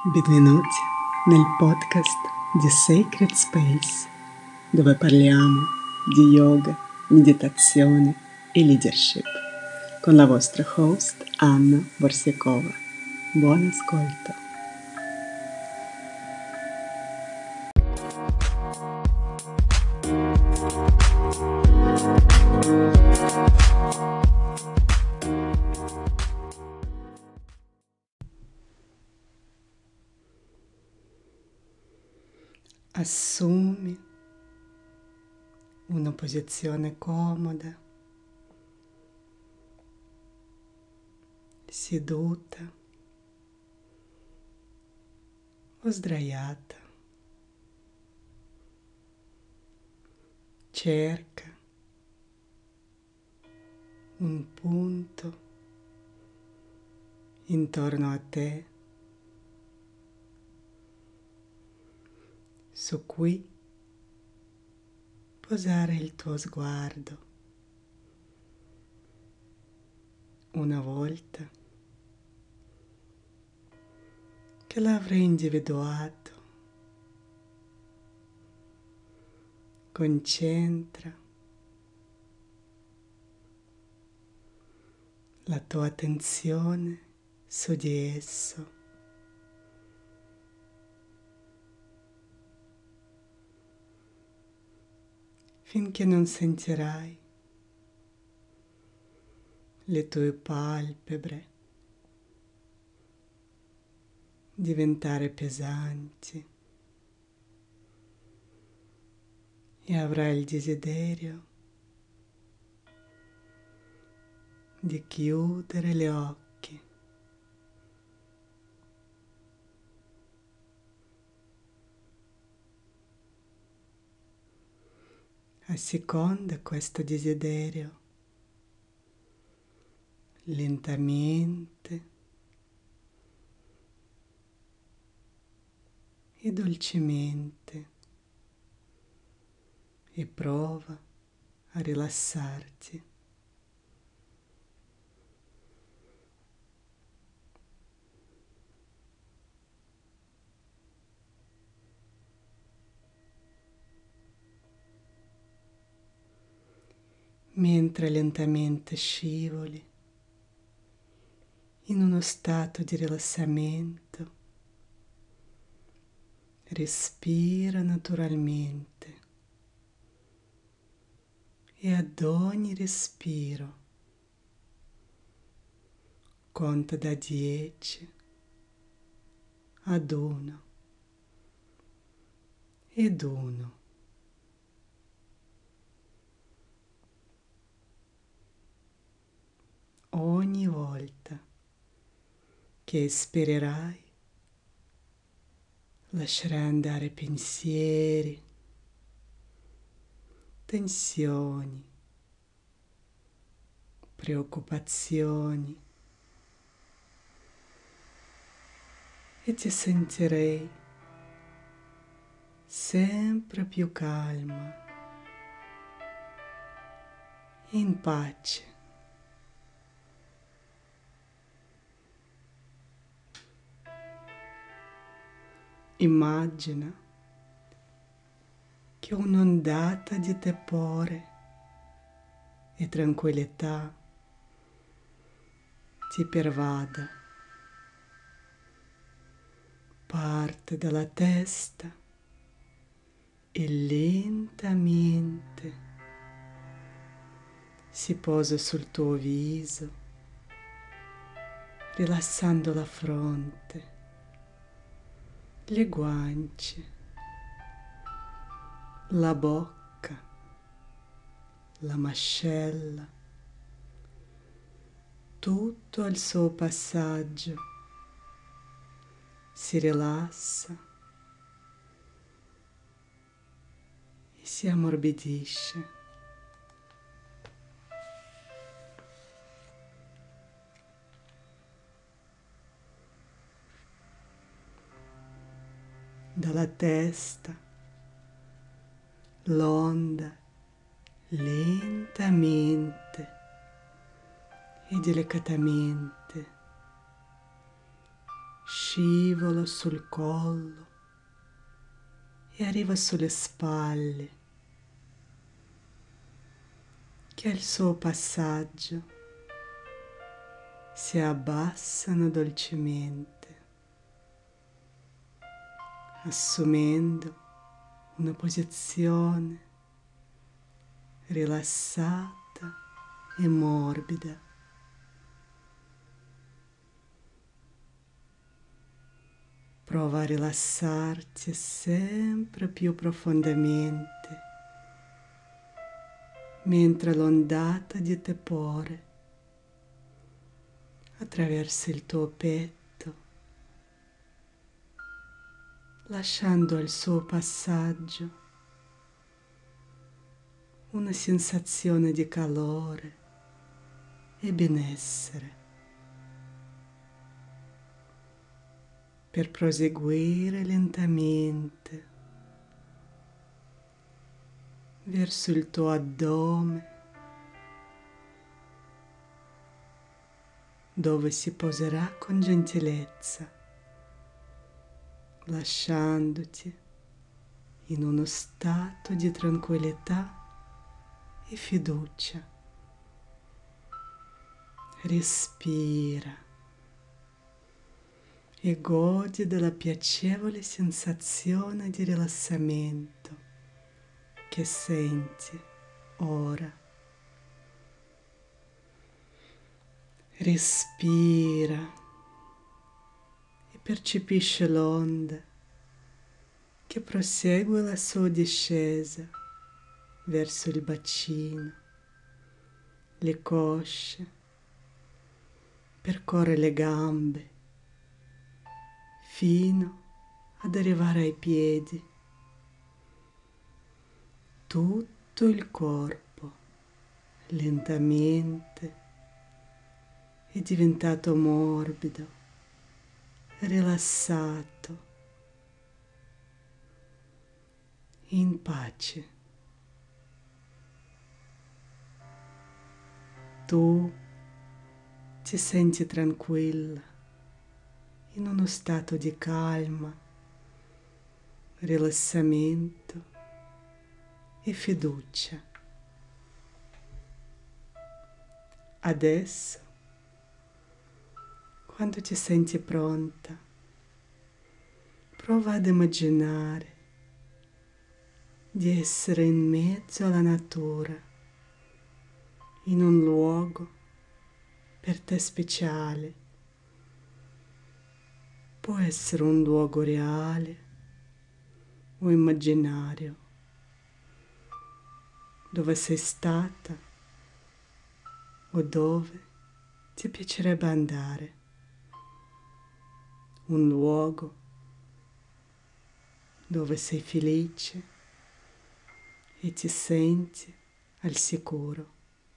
Benvenuti nel podcast di Sacred Space, dove parliamo di yoga, meditazione e leadership, con la vostra host Anna Borsiakova. Buon ascolto! Assumi una posizione comoda, seduta o sdraiata. Cerca un punto intorno a te su cui posare il tuo sguardo. Una volta che l'avrai individuato, concentra la tua attenzione su di esso. Finché non sentirai le tue palpebre diventare pesanti e avrai il desiderio di chiudere gli occhi. Asseconda questo desiderio lentamente e dolcemente e prova a rilassarti. Mentre lentamente scivoli in uno stato di rilassamento, respira naturalmente e ad ogni respiro conta da 10 ad 1 ed 1. Ogni volta che espererai, lascerai andare pensieri, tensioni, preoccupazioni e ti sentirei sempre più calma e in pace. Immagina che un'ondata di tepore e tranquillità ti pervada, parte dalla testa e lentamente si posa sul tuo viso, rilassando la fronte, le guance, la bocca, la mascella, tutto al suo passaggio si rilassa e si ammorbidisce. Dalla testa l'onda lentamente e delicatamente scivolo sul collo e arriva sulle spalle, che al suo passaggio si abbassano dolcemente, assumendo una posizione rilassata e morbida. Prova a rilassarti sempre più profondamente mentre l'ondata di tepore attraversa il tuo petto, lasciando al suo passaggio una sensazione di calore e benessere, per proseguire lentamente verso il tuo addome, dove si poserà con gentilezza, lasciandoti in uno stato di tranquillità e fiducia. Respira e godi della piacevole sensazione di rilassamento che senti ora. Respira e percepisce l'onda che prosegue la sua discesa verso il bacino, le cosce, percorre le gambe fino ad arrivare ai piedi. Tutto il corpo lentamente è diventato morbido, rilassato, in pace. Tu ti senti tranquilla, in uno stato di calma, rilassamento e fiducia. Adesso, quando ti senti pronta, prova ad immaginare di essere in mezzo alla natura, in un luogo per te speciale. Può essere un luogo reale o immaginario, dove sei stata o dove ti piacerebbe andare. Un luogo dove sei felice e ti senti al sicuro.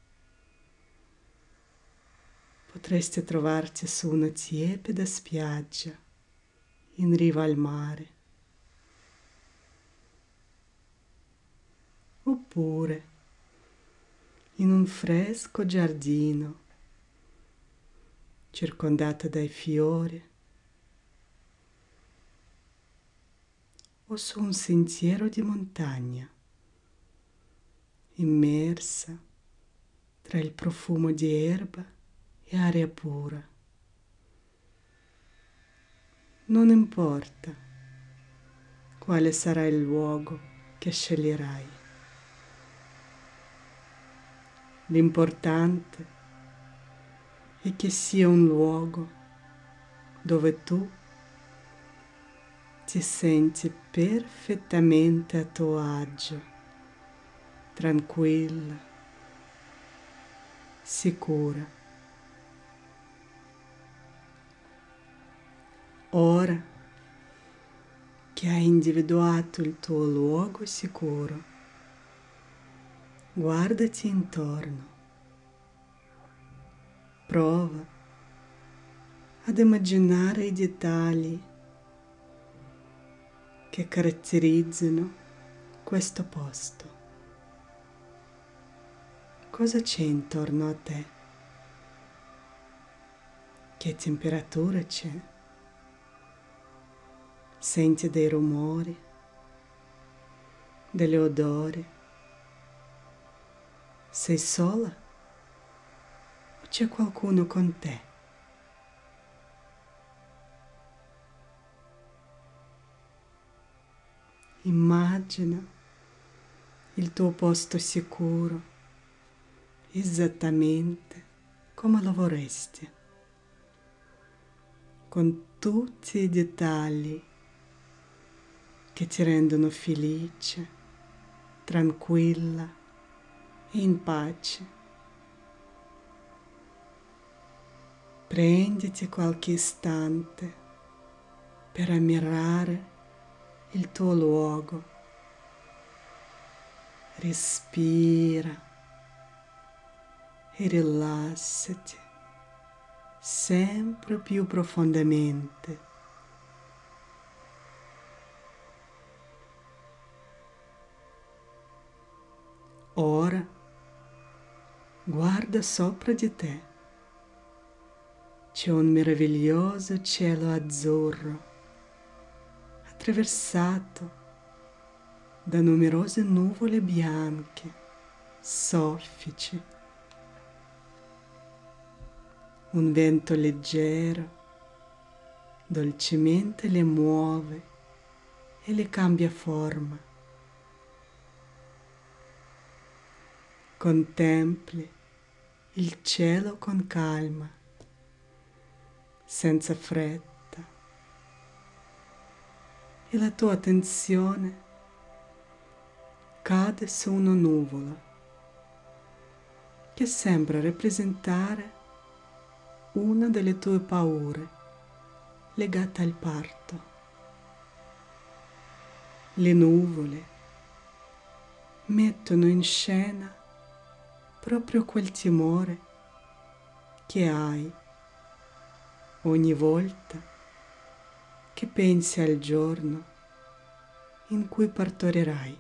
Potresti trovarti su una tiepida spiaggia in riva al mare, oppure in un fresco giardino circondata dai fiori, o su un sentiero di montagna, immersa tra il profumo di erba e aria pura. Non importa quale sarà il luogo che sceglierai. L'importante è che sia un luogo dove tu ti senti perfettamente a tuo agio, tranquilla, sicura. Ora che hai individuato il tuo luogo sicuro, guardati intorno. Prova ad immaginare i dettagli che caratterizzano questo posto. Cosa c'è intorno a te? Che temperatura c'è? Senti dei rumori, degli odori. Sei sola o c'è qualcuno con te? Immagina il tuo posto sicuro, esattamente come lo vorresti, con tutti i dettagli che ti rendono felice, tranquilla e in pace. Prenditi qualche istante per ammirare il tuo luogo. Respira e rilassati sempre più profondamente. Ora guarda sopra di te. C'è un meraviglioso cielo azzurro attraversato da numerose nuvole bianche, soffici. Un vento leggero dolcemente le muove e le cambia forma. Contempli il cielo con calma, senza fretta, e la tua attenzione cade su una nuvola che sembra rappresentare una delle tue paure legate al parto. Le nuvole mettono in scena proprio quel timore che hai ogni volta che pensi al giorno in cui partorirai.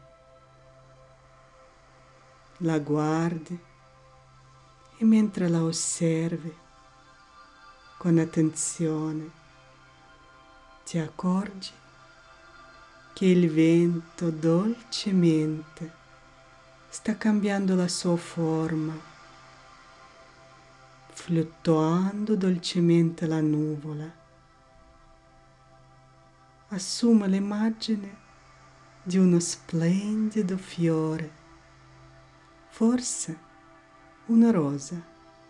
La guardi e mentre la osservi con attenzione ti accorgi che il vento dolcemente sta cambiando la sua forma, fluttuando dolcemente la nuvola. Assume l'immagine di uno splendido fiore, forse una rosa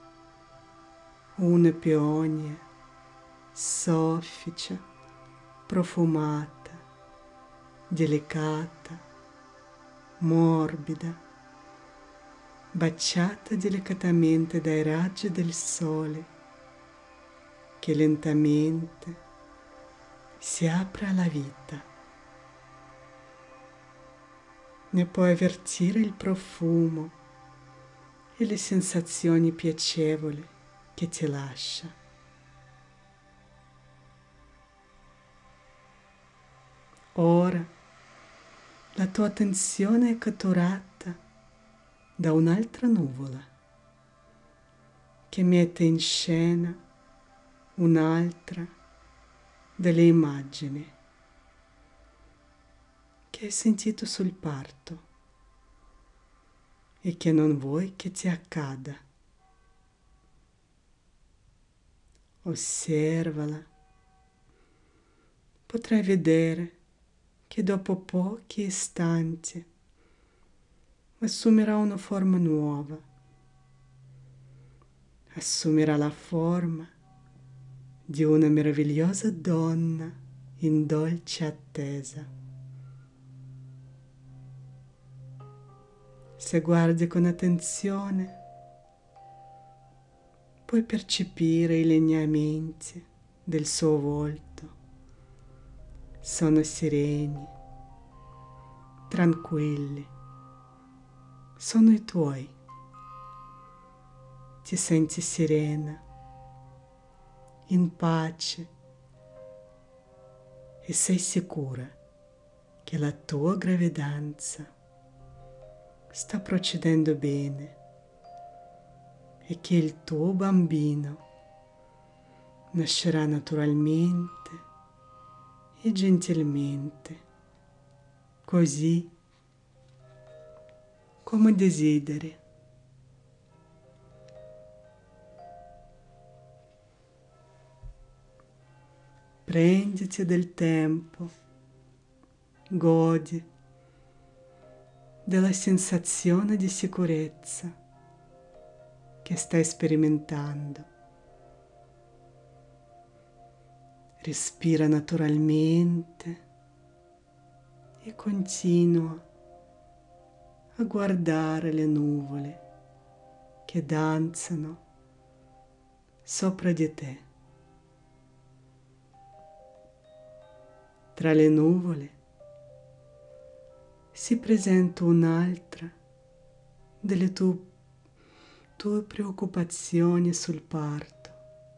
o una peonia soffice, profumata, delicata, morbida, baciata delicatamente dai raggi del sole che lentamente si apre alla vita. Ne puoi avvertire il profumo e le sensazioni piacevoli che ti lascia. Ora la tua attenzione è catturata da un'altra nuvola che mette in scena un'altra delle immagini che hai sentito sul parto e che non vuoi che ti accada. Osservala. Potrai vedere che dopo pochi istanti assumerà una forma nuova. Assumerà la forma di una meravigliosa donna in dolce attesa. Se guardi con attenzione, puoi percepire i lineamenti del suo volto. Sono sereni, tranquilli, sono i tuoi. Ti senti serena, in pace e sei sicura che la tua gravidanza sta procedendo bene e che il tuo bambino nascerà naturalmente e gentilmente, così come desideri. Prenditi del tempo, godi della sensazione di sicurezza che stai sperimentando. Respira naturalmente e continua a guardare le nuvole che danzano sopra di te. Tra le nuvole si presenta un'altra delle tue preoccupazioni sul parto,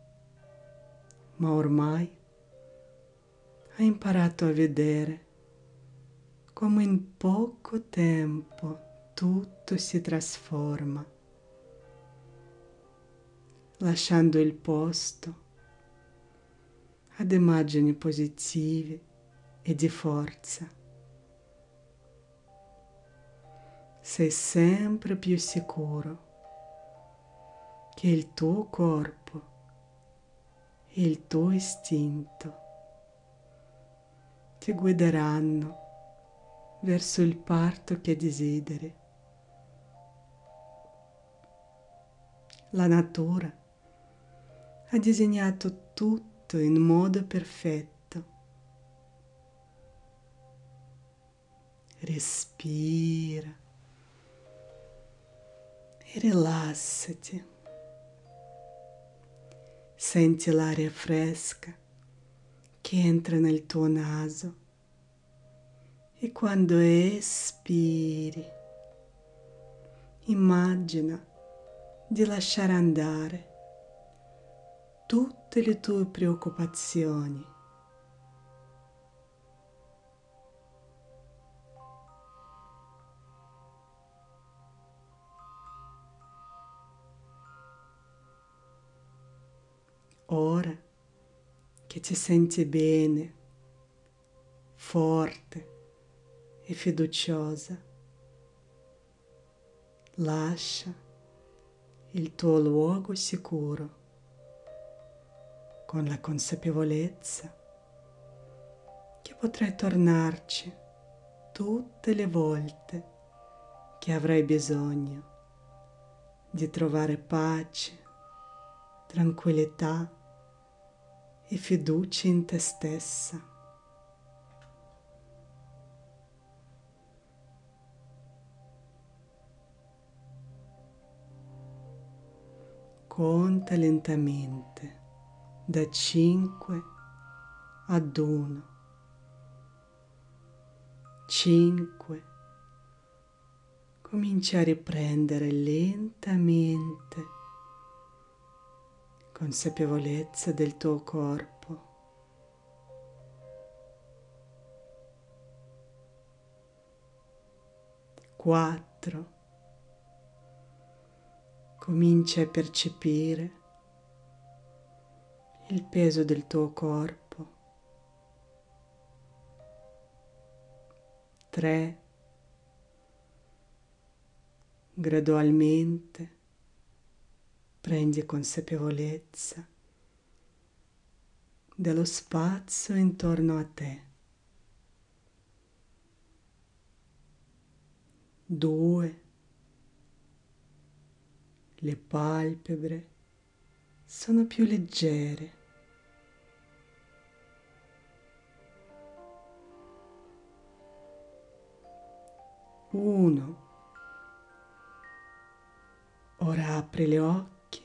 ma ormai hai imparato a vedere come in poco tempo tutto si trasforma, lasciando il posto ad immagini positive e di forza. Sei sempre più sicuro che il tuo corpo e il tuo istinto ti guideranno verso il parto che desideri. La natura ha disegnato tutto in modo perfetto. Respira e rilassati. Senti l'aria fresca che entra nel tuo naso e quando espiri, immagina di lasciare andare tutte le tue preoccupazioni. Ora che ti senti bene, forte e fiduciosa, lascia il tuo luogo sicuro con la consapevolezza che potrai tornarci tutte le volte che avrai bisogno di trovare pace, tranquillità e fiducia in te stessa. Conta lentamente da 5 ad 1. 5. Comincia a riprendere lentamente consapevolezza del tuo corpo. 4. Comincia a percepire il peso del tuo corpo. 3. Gradualmente prendi consapevolezza dello spazio intorno a te. 2. Le palpebre sono più leggere. 1. Ora apri gli occhi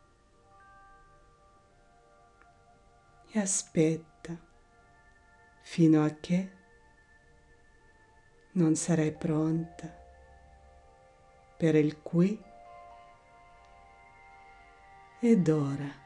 e aspetta fino a che non sarai pronta per il qui ed ora.